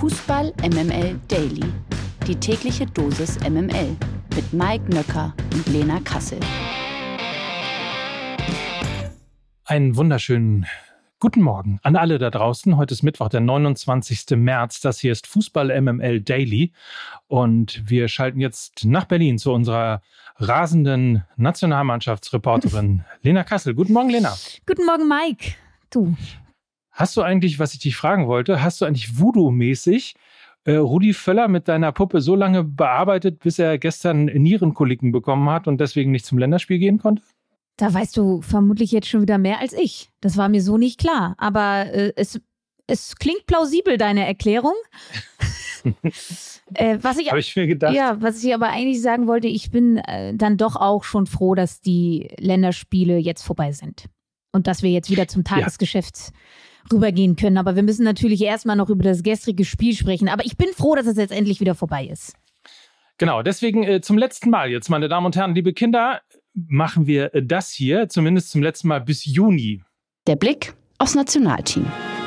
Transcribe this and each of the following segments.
Fußball MML Daily. Die tägliche Dosis MML mit Mike Nöcker und Lena Kassel. Einen wunderschönen guten Morgen an alle da draußen. Heute ist Mittwoch, der 29. März. Das hier ist Fußball MML Daily. Und wir schalten jetzt nach Berlin zu unserer rasenden Nationalmannschaftsreporterin Lena Kassel. Guten Morgen, Lena. Guten Morgen, Mike. Du. Hast du eigentlich, was ich dich fragen wollte, hast du eigentlich Voodoo-mäßig Rudi Völler mit deiner Puppe so lange bearbeitet, bis er gestern Nierenkoliken bekommen hat und deswegen nicht zum Länderspiel gehen konnte? Da weißt du vermutlich jetzt schon wieder mehr als ich. Das war mir so nicht klar. Aber es klingt plausibel, deine Erklärung. Habe ich mir gedacht. Ja, was ich aber eigentlich sagen wollte, ich bin dann doch auch schon froh, dass die Länderspiele jetzt vorbei sind. Und dass wir jetzt wieder zum Tagesgeschäft rübergehen können. Aber wir müssen natürlich erstmal noch über das gestrige Spiel sprechen. Aber ich bin froh, dass es jetzt endlich wieder vorbei ist. Genau, deswegen zum letzten Mal jetzt, meine Damen und Herren, liebe Kinder, machen wir das hier, zumindest zum letzten Mal bis Juni. Der Blick aufs Nationalteam.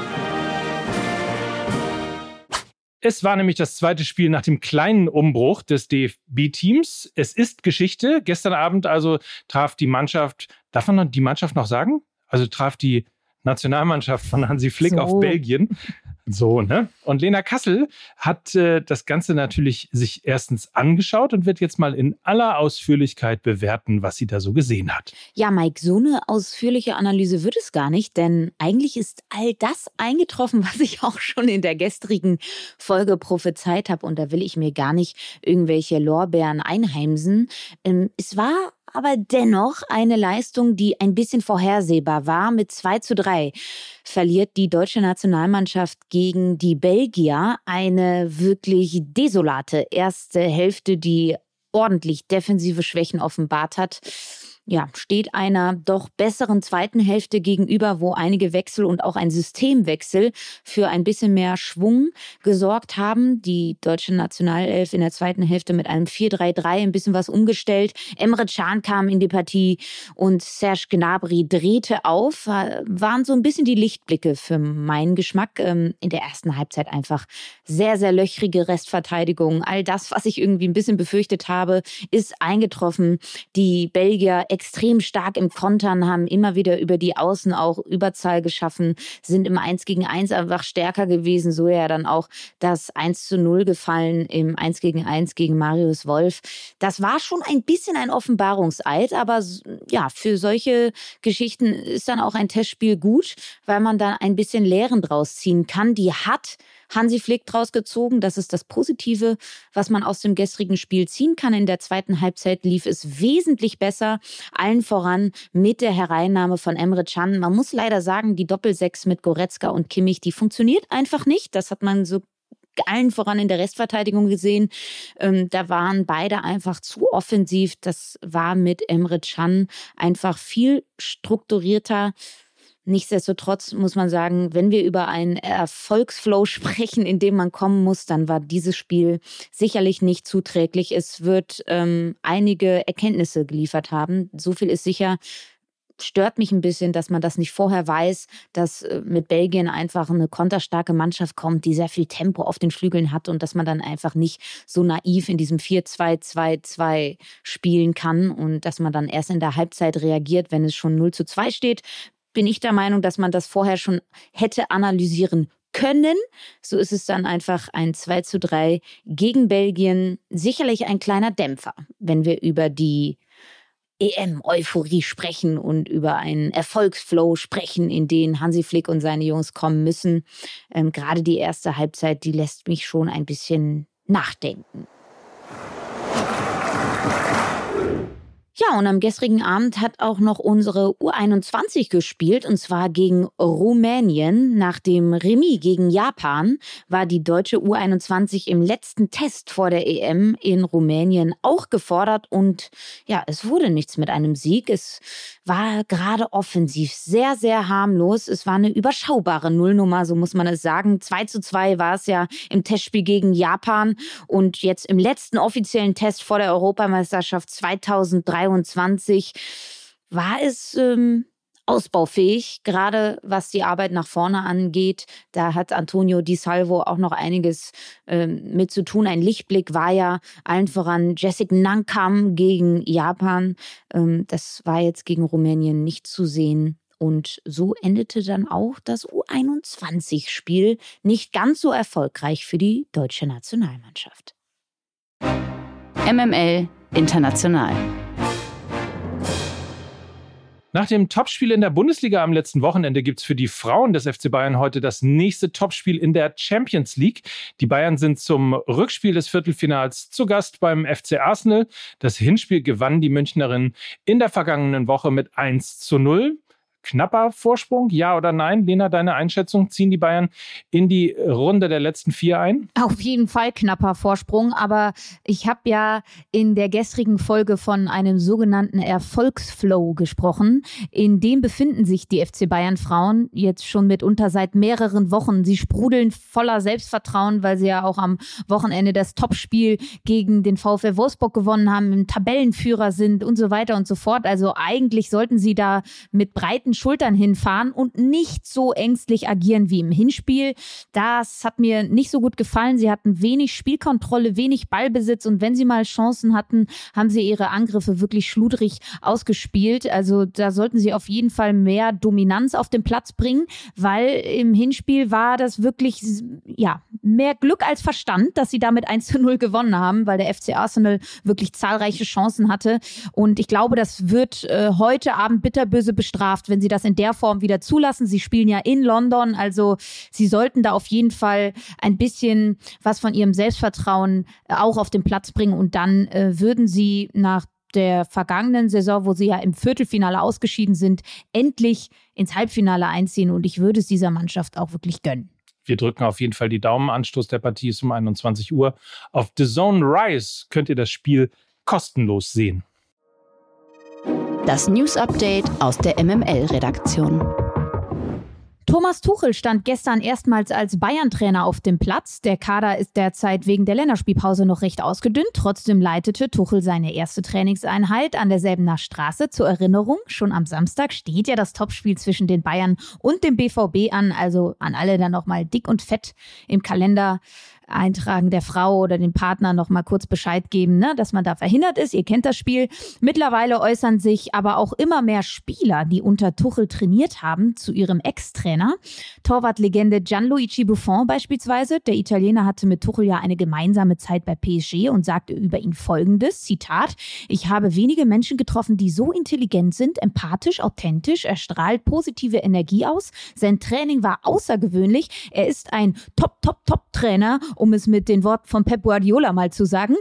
Es war nämlich das zweite Spiel nach dem kleinen Umbruch des DFB-Teams. Es ist Geschichte. Gestern Abend also traf die Mannschaft, darf man die Mannschaft noch sagen? Also traf die Nationalmannschaft von Hansi Flick auf Belgien. So, ne? Und Lena Kassel hat das Ganze natürlich sich erstens angeschaut und wird jetzt mal in aller Ausführlichkeit bewerten, was sie da so gesehen hat. Ja, Mike, so eine ausführliche Analyse wird es gar nicht, denn eigentlich ist all das eingetroffen, was ich auch schon in der gestrigen Folge prophezeit habe. Und da will ich mir gar nicht irgendwelche Lorbeeren einheimsen. Es war aber dennoch eine Leistung, die ein bisschen vorhersehbar war. Mit 2:3 verliert die deutsche Nationalmannschaft gegen die Belgier. Eine wirklich desolate erste Hälfte, die ordentlich defensive Schwächen offenbart hat. Ja, steht einer doch besseren zweiten Hälfte gegenüber, wo einige Wechsel und auch ein Systemwechsel für ein bisschen mehr Schwung gesorgt haben. Die deutsche Nationalelf in der zweiten Hälfte mit einem 4-3-3 ein bisschen was umgestellt. Emre Can kam in die Partie und Serge Gnabry drehte auf. Waren so ein bisschen die Lichtblicke für meinen Geschmack. In der ersten Halbzeit einfach sehr, sehr löchrige Restverteidigung. All das, was ich irgendwie ein bisschen befürchtet habe, ist eingetroffen. Die Belgier extrem stark im Kontern, haben immer wieder über die Außen auch Überzahl geschaffen, sind im 1 gegen 1 einfach stärker gewesen, so ja dann auch das 1:0 gefallen im 1 gegen 1 gegen Marius Wolf. Das war schon ein bisschen ein Offenbarungseid, aber ja, für solche Geschichten ist dann auch ein Testspiel gut, weil man da ein bisschen Lehren draus ziehen kann. Die hat Hansi Flick draus gezogen. Das ist das Positive, was man aus dem gestrigen Spiel ziehen kann. In der zweiten Halbzeit lief es wesentlich besser. Allen voran mit der Hereinnahme von Emre Can. Man muss leider sagen, die Doppelsechs mit Goretzka und Kimmich, die funktioniert einfach nicht. Das hat man so allen voran in der Restverteidigung gesehen. Da waren beide einfach zu offensiv. Das war mit Emre Can einfach viel strukturierter. Nichtsdestotrotz muss man sagen, wenn wir über einen Erfolgsflow sprechen, in dem man kommen muss, dann war dieses Spiel sicherlich nicht zuträglich. Es wird einige Erkenntnisse geliefert haben. So viel ist sicher. Stört mich ein bisschen, dass man das nicht vorher weiß, dass mit Belgien einfach eine konterstarke Mannschaft kommt, die sehr viel Tempo auf den Flügeln hat und dass man dann einfach nicht so naiv in diesem 4-2-2-2 spielen kann und dass man dann erst in der Halbzeit reagiert, wenn es schon 0:2 steht. Bin ich der Meinung, dass man das vorher schon hätte analysieren können. So ist es dann einfach ein 2:3 gegen Belgien. Sicherlich ein kleiner Dämpfer, wenn wir über die EM-Euphorie sprechen und über einen Erfolgsflow sprechen, in den Hansi Flick und seine Jungs kommen müssen. Gerade die erste Halbzeit, die lässt mich schon ein bisschen nachdenken. Ja, und am gestrigen Abend hat auch noch unsere U21 gespielt, und zwar gegen Rumänien. Nach dem Remis gegen Japan war die deutsche U21 im letzten Test vor der EM in Rumänien auch gefordert. Und ja, es wurde nichts mit einem Sieg. Es war gerade offensiv sehr, sehr harmlos. Es war eine überschaubare Nullnummer, so muss man es sagen. 2:2 war es ja im Testspiel gegen Japan. Und jetzt im letzten offiziellen Test vor der Europameisterschaft 2023 war es ausbaufähig, gerade was die Arbeit nach vorne angeht. Da hat Antonio Di Salvo auch noch einiges mit zu tun. Ein Lichtblick war ja allen voran Jessica Nankam gegen Japan. Das war jetzt gegen Rumänien nicht zu sehen. Und so endete dann auch das U21-Spiel nicht ganz so erfolgreich für die deutsche Nationalmannschaft. MML International. Nach dem Topspiel in der Bundesliga am letzten Wochenende gibt es für die Frauen des FC Bayern heute das nächste Topspiel in der Champions League. Die Bayern sind zum Rückspiel des Viertelfinals zu Gast beim FC Arsenal. Das Hinspiel gewannen die Münchnerinnen in der vergangenen Woche mit 1:0. Knapper Vorsprung, ja oder nein? Lena, deine Einschätzung, ziehen die Bayern in die Runde der letzten 4 ein? Auf jeden Fall knapper Vorsprung, aber ich habe ja in der gestrigen Folge von einem sogenannten Erfolgsflow gesprochen. In dem befinden sich die FC Bayern Frauen jetzt schon mitunter seit mehreren Wochen. Sie sprudeln voller Selbstvertrauen, weil sie ja auch am Wochenende das Topspiel gegen den VfL Wolfsburg gewonnen haben, im Tabellenführer sind und so weiter und so fort. Also eigentlich sollten sie da mit breiten Schultern hinfahren und nicht so ängstlich agieren wie im Hinspiel. Das hat mir nicht so gut gefallen. Sie hatten wenig Spielkontrolle, wenig Ballbesitz und wenn sie mal Chancen hatten, haben sie ihre Angriffe wirklich schludrig ausgespielt. Also da sollten sie auf jeden Fall mehr Dominanz auf den Platz bringen, weil im Hinspiel war das wirklich mehr Glück als Verstand, dass sie damit 1:0 gewonnen haben, weil der FC Arsenal wirklich zahlreiche Chancen hatte. Und ich glaube, das wird heute Abend bitterböse bestraft, wenn sie das in der Form wieder zulassen. Sie spielen ja in London, also sie sollten da auf jeden Fall ein bisschen was von ihrem Selbstvertrauen auch auf den Platz bringen und dann würden sie nach der vergangenen Saison, wo sie ja im Viertelfinale ausgeschieden sind, endlich ins Halbfinale einziehen und ich würde es dieser Mannschaft auch wirklich gönnen. Wir drücken auf jeden Fall die Daumen. Anstoß der Partie ist um 21 Uhr. Auf DAZN Rise könnt ihr das Spiel kostenlos sehen. Das News-Update aus der MML-Redaktion. Thomas Tuchel stand gestern erstmals als Bayern-Trainer auf dem Platz. Der Kader ist derzeit wegen der Länderspielpause noch recht ausgedünnt. Trotzdem leitete Tuchel seine erste Trainingseinheit an der Selbener Straße. Zur Erinnerung, schon am Samstag steht ja das Topspiel zwischen den Bayern und dem BVB an. Also an alle dann nochmal dick und fett im Kalender eintragen, der Frau oder dem Partner noch mal kurz Bescheid geben, dass man da verhindert ist. Ihr kennt das Spiel. Mittlerweile äußern sich aber auch immer mehr Spieler, die unter Tuchel trainiert haben, zu ihrem Ex-Trainer. Torwartlegende Gianluigi Buffon beispielsweise. Der Italiener hatte mit Tuchel ja eine gemeinsame Zeit bei PSG und sagte über ihn Folgendes, Zitat, ich habe wenige Menschen getroffen, die so intelligent sind, empathisch, authentisch, er strahlt positive Energie aus. Sein Training war außergewöhnlich. Er ist ein Top-Trainer, um es mit den Worten von Pep Guardiola mal zu sagen.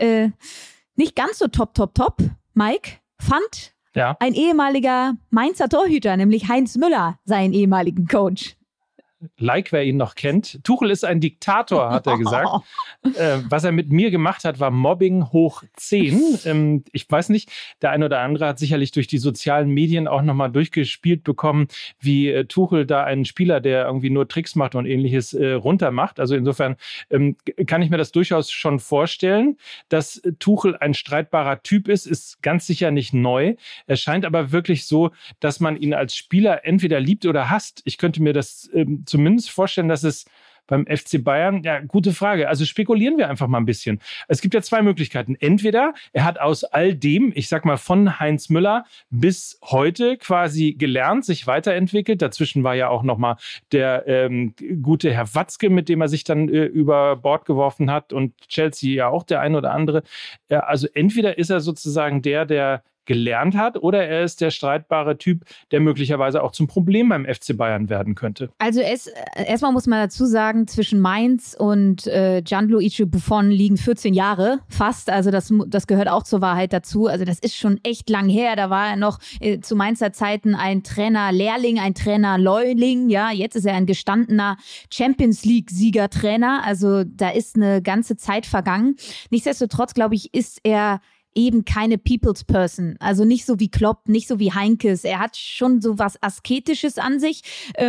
Nicht ganz so top. Mike, fand ein ehemaliger Mainzer Torhüter, nämlich Heinz Müller, seinen ehemaligen Coach. Like, wer ihn noch kennt. Tuchel ist ein Diktator, hat er gesagt. Was er mit mir gemacht hat, war Mobbing hoch 10. Ich weiß nicht, der eine oder andere hat sicherlich durch die sozialen Medien auch nochmal durchgespielt bekommen, wie Tuchel da einen Spieler, der irgendwie nur Tricks macht und ähnliches, runtermacht. Also insofern kann ich mir das durchaus schon vorstellen. Dass Tuchel ein streitbarer Typ ist ganz sicher nicht neu. Er scheint aber wirklich so, dass man ihn als Spieler entweder liebt oder hasst. Ich könnte mir das zumindest vorstellen, dass es beim FC Bayern, ja, gute Frage. Also spekulieren wir einfach mal ein bisschen. Es gibt ja 2 Möglichkeiten. Entweder er hat aus all dem, ich sag mal von Heinz Müller bis heute quasi gelernt, sich weiterentwickelt. Dazwischen war ja auch nochmal der gute Herr Watzke, mit dem er sich dann über Bord geworfen hat und Chelsea ja auch der ein oder andere. Also entweder ist er sozusagen der gelernt hat oder er ist der streitbare Typ, der möglicherweise auch zum Problem beim FC Bayern werden könnte. Also erstmal muss man dazu sagen, zwischen Mainz und Gianluigi Buffon liegen 14 Jahre fast. Also das gehört auch zur Wahrheit dazu. Also das ist schon echt lang her. Da war er noch zu Mainzer Zeiten ein Trainer-Lehrling, ein Trainer-Neuling. Ja, jetzt ist er ein gestandener Champions-League-Sieger-Trainer. Also da ist eine ganze Zeit vergangen. Nichtsdestotrotz, glaube ich, ist er eben keine People's Person. Also nicht so wie Klopp, nicht so wie Heinkes. Er hat schon so was Asketisches an sich.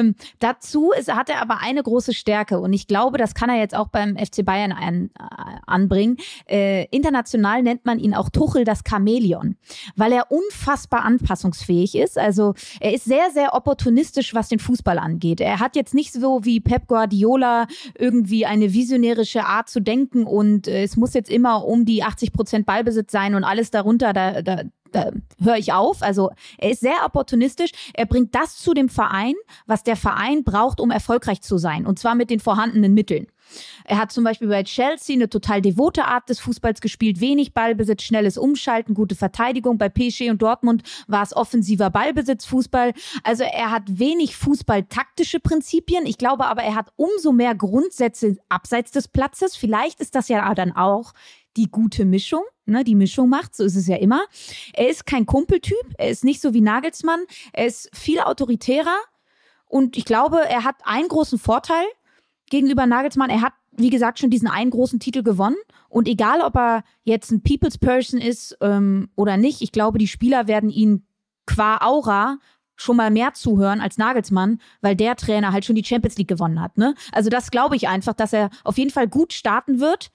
Dazu hat er aber eine große Stärke und ich glaube, das kann er jetzt auch beim FC Bayern anbringen. International nennt man ihn auch Tuchel das Chamäleon, weil er unfassbar anpassungsfähig ist. Also er ist sehr, sehr opportunistisch, was den Fußball angeht. Er hat jetzt nicht so wie Pep Guardiola irgendwie eine visionärische Art zu denken und es muss jetzt immer um die 80% Ballbesitz sein und alles darunter, da höre ich auf. Also er ist sehr opportunistisch. Er bringt das zu dem Verein, was der Verein braucht, um erfolgreich zu sein. Und zwar mit den vorhandenen Mitteln. Er hat zum Beispiel bei Chelsea eine total devote Art des Fußballs gespielt. Wenig Ballbesitz, schnelles Umschalten, gute Verteidigung. Bei PSG und Dortmund war es offensiver Ballbesitz-Fußball. Also er hat wenig fußballtaktische Prinzipien. Ich glaube aber, er hat umso mehr Grundsätze abseits des Platzes. Vielleicht ist das ja dann auch die gute Mischung, ne, die Mischung macht, so ist es ja immer. Er ist kein Kumpeltyp, er ist nicht so wie Nagelsmann, er ist viel autoritärer und ich glaube, er hat einen großen Vorteil gegenüber Nagelsmann. Er hat, wie gesagt, schon diesen einen großen Titel gewonnen und egal, ob er jetzt ein People's Person ist oder nicht, ich glaube, die Spieler werden ihn qua Aura schon mal mehr zuhören als Nagelsmann, weil der Trainer halt schon die Champions League gewonnen hat. Ne? Also das glaube ich einfach, dass er auf jeden Fall gut starten wird.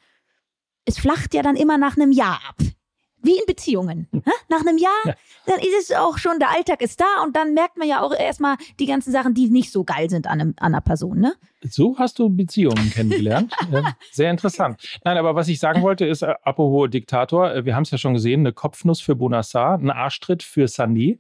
Es flacht ja dann immer nach einem Jahr ab. Wie in Beziehungen. Nach einem Jahr, dann ist es auch schon, der Alltag ist da und dann merkt man ja auch erstmal die ganzen Sachen, die nicht so geil sind an einer Person. Ne? So hast du Beziehungen kennengelernt. Sehr interessant. Nein, aber was ich sagen wollte ist, apropos Diktator, wir haben es ja schon gesehen, eine Kopfnuss für Bonassar, ein Arschtritt für Sané.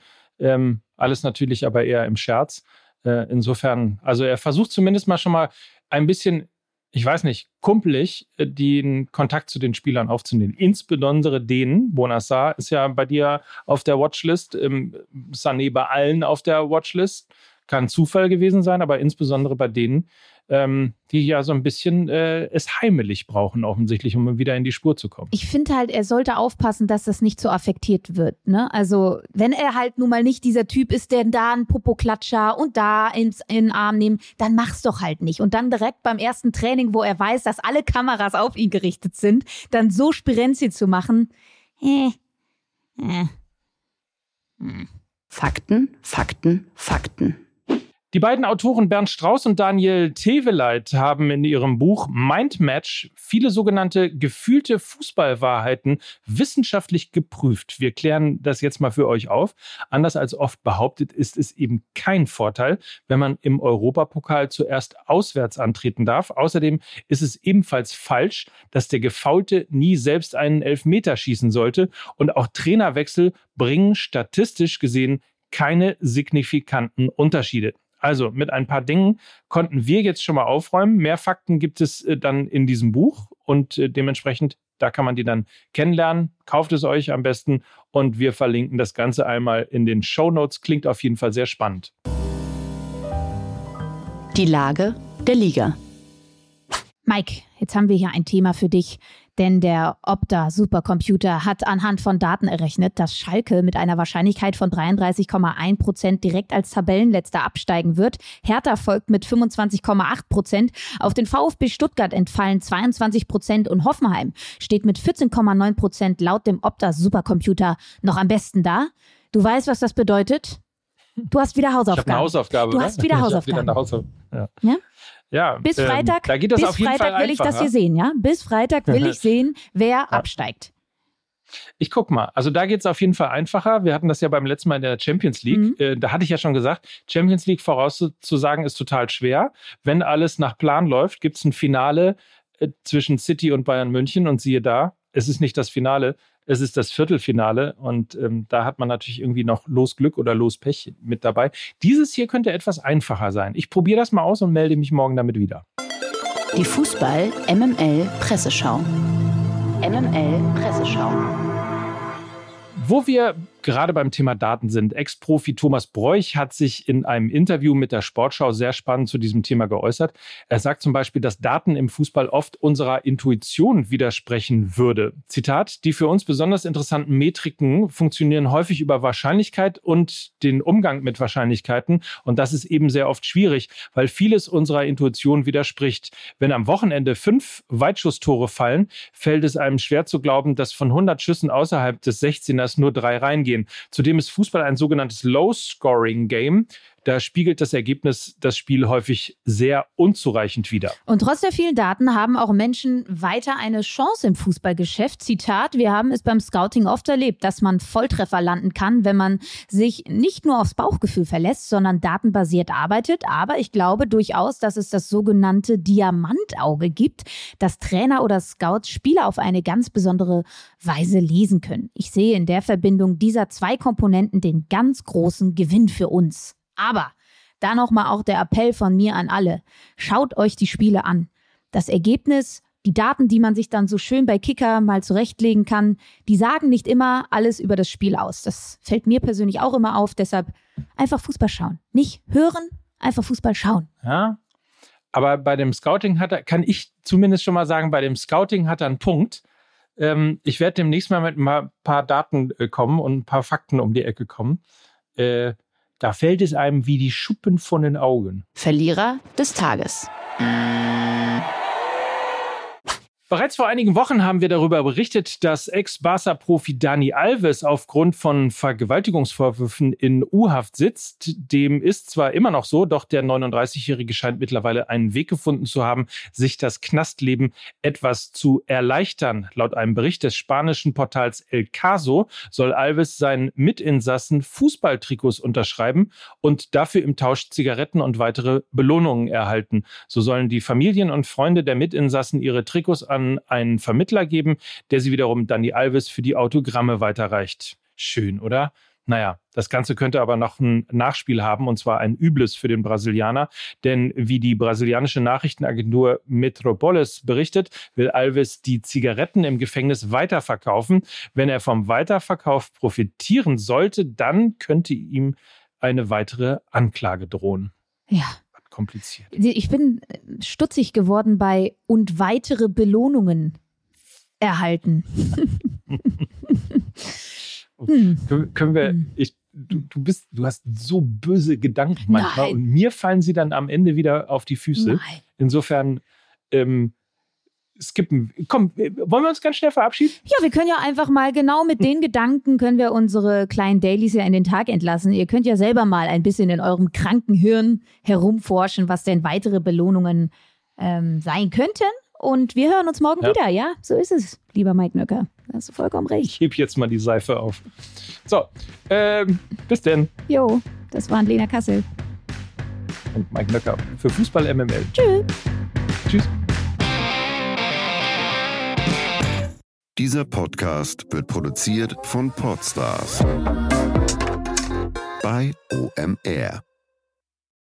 Alles natürlich aber eher im Scherz. Insofern, also er versucht zumindest mal schon mal ein bisschen, ich weiß nicht, kumpelig den Kontakt zu den Spielern aufzunehmen. Insbesondere denen. Bonassar ist ja bei dir auf der Watchlist, Sané bei allen auf der Watchlist. Kann Zufall gewesen sein, aber insbesondere bei denen, die ja so ein bisschen es heimelig brauchen, offensichtlich, um wieder in die Spur zu kommen. Ich finde halt, er sollte aufpassen, dass das nicht so affektiert wird. Ne? Also, wenn er halt nun mal nicht dieser Typ ist, der da einen Popoklatscher und da in den Arm nimmt, dann mach's doch halt nicht. Und dann direkt beim ersten Training, wo er weiß, dass alle Kameras auf ihn gerichtet sind, dann so Spirenzi zu machen. Fakten, Fakten, Fakten. Die beiden Autoren Bernd Strauß und Daniel Teveleit haben in ihrem Buch Mindmatch viele sogenannte gefühlte Fußballwahrheiten wissenschaftlich geprüft. Wir klären das jetzt mal für euch auf. Anders als oft behauptet, ist es eben kein Vorteil, wenn man im Europapokal zuerst auswärts antreten darf. Außerdem ist es ebenfalls falsch, dass der Gefaulte nie selbst einen Elfmeter schießen sollte. Und auch Trainerwechsel bringen statistisch gesehen keine signifikanten Unterschiede. Also mit ein paar Dingen konnten wir jetzt schon mal aufräumen. Mehr Fakten gibt es dann in diesem Buch und dementsprechend, da kann man die dann kennenlernen. Kauft es euch am besten und wir verlinken das Ganze einmal in den Shownotes. Klingt auf jeden Fall sehr spannend. Die Lage der Liga. Mike, jetzt haben wir hier ein Thema für dich, denn der Opta-Supercomputer hat anhand von Daten errechnet, dass Schalke mit einer Wahrscheinlichkeit von 33,1% direkt als Tabellenletzter absteigen wird. Hertha folgt mit 25,8%. Auf den VfB Stuttgart entfallen 22% und Hoffenheim steht mit 14,9% laut dem Opta-Supercomputer noch am besten da. Du weißt, was das bedeutet? Du hast wieder Hausaufgaben. Ich habe eine Hausaufgabe. Du hast wieder Hausaufgaben. Ja? Ja, bis Freitag, da geht das bis auf jeden Freitag Fall will ich das hier sehen, ja? Bis Freitag will ich sehen, wer absteigt. Ich guck mal, also da geht es auf jeden Fall einfacher. Wir hatten das ja beim letzten Mal in der Champions League. Da hatte ich ja schon gesagt, Champions League vorauszusagen ist total schwer. Wenn alles nach Plan läuft, gibt es ein Finale zwischen City und Bayern München und siehe da, es ist nicht das Finale, es ist das Viertelfinale und da hat man natürlich irgendwie noch Losglück oder Lospech mit dabei. Dieses hier könnte etwas einfacher sein. Ich probiere das mal aus und melde mich morgen damit wieder. Die Fußball-MML-Presseschau. MML-Presseschau. Wo wir gerade beim Thema Daten sind. Ex-Profi Thomas Broich hat sich in einem Interview mit der Sportschau sehr spannend zu diesem Thema geäußert. Er sagt zum Beispiel, dass Daten im Fußball oft unserer Intuition widersprechen würde. Zitat: Die für uns besonders interessanten Metriken funktionieren häufig über Wahrscheinlichkeit und den Umgang mit Wahrscheinlichkeiten. Und das ist eben sehr oft schwierig, weil vieles unserer Intuition widerspricht. Wenn am Wochenende 5 Weitschusstore fallen, fällt es einem schwer zu glauben, dass von 100 Schüssen außerhalb des 16ers nur 3 reingehen. Zudem ist Fußball ein sogenanntes Low-Scoring-Game. Da spiegelt das Ergebnis das Spiel häufig sehr unzureichend wider. Und trotz der vielen Daten haben auch Menschen weiter eine Chance im Fußballgeschäft. Zitat: Wir haben es beim Scouting oft erlebt, dass man Volltreffer landen kann, wenn man sich nicht nur aufs Bauchgefühl verlässt, sondern datenbasiert arbeitet. Aber ich glaube durchaus, dass es das sogenannte Diamantauge gibt, dass Trainer oder Scouts Spieler auf eine ganz besondere Weise lesen können. Ich sehe in der Verbindung dieser 2 Komponenten den ganz großen Gewinn für uns. Aber da nochmal auch der Appell von mir an alle. Schaut euch die Spiele an. Das Ergebnis, die Daten, die man sich dann so schön bei Kicker mal zurechtlegen kann, die sagen nicht immer alles über das Spiel aus. Das fällt mir persönlich auch immer auf. Deshalb einfach Fußball schauen. Nicht hören, einfach Fußball schauen. Ja, aber bei dem Scouting kann ich zumindest schon mal sagen, bei dem Scouting hat er einen Punkt. Ich werde demnächst mal mit ein paar Daten kommen und ein paar Fakten um die Ecke kommen. Da fällt es einem wie die Schuppen von den Augen. Verlierer des Tages. Bereits vor einigen Wochen haben wir darüber berichtet, dass Ex-Barca-Profi Dani Alves aufgrund von Vergewaltigungsvorwürfen in U-Haft sitzt. Dem ist zwar immer noch so, doch der 39-Jährige scheint mittlerweile einen Weg gefunden zu haben, sich das Knastleben etwas zu erleichtern. Laut einem Bericht des spanischen Portals El Caso soll Alves seinen Mitinsassen Fußballtrikots unterschreiben und dafür im Tausch Zigaretten und weitere Belohnungen erhalten. So sollen die Familien und Freunde der Mitinsassen ihre Trikots an einen Vermittler geben, der sie wiederum Dani Alves für die Autogramme weiterreicht. Schön, oder? Naja, das Ganze könnte aber noch ein Nachspiel haben, und zwar ein übles für den Brasilianer. Denn wie die brasilianische Nachrichtenagentur Metropolis berichtet, will Alves die Zigaretten im Gefängnis weiterverkaufen. Wenn er vom Weiterverkauf profitieren sollte, dann könnte ihm eine weitere Anklage drohen. Ja. Kompliziert. Ich bin stutzig geworden bei "und weitere Belohnungen erhalten". Können wir, du hast so böse Gedanken manchmal. Nein. Und mir fallen sie dann am Ende wieder auf die Füße. Nein. Insofern skippen. Komm, wollen wir uns ganz schnell verabschieden? Ja, wir können ja einfach mal genau mit den Gedanken können wir unsere kleinen Dailies ja in den Tag entlassen. Ihr könnt ja selber mal ein bisschen in eurem kranken Hirn herumforschen, was denn weitere Belohnungen sein könnten. Und wir hören uns morgen wieder, ja? So ist es, lieber Mike Nöcker. Da hast du vollkommen recht. Ich heb jetzt mal die Seife auf. So, bis denn. Jo, das war Lena Kassel. Und Mike Nöcker für Fußball MML. Tschüss. Tschüss. Dieser Podcast wird produziert von Podstars bei OMR.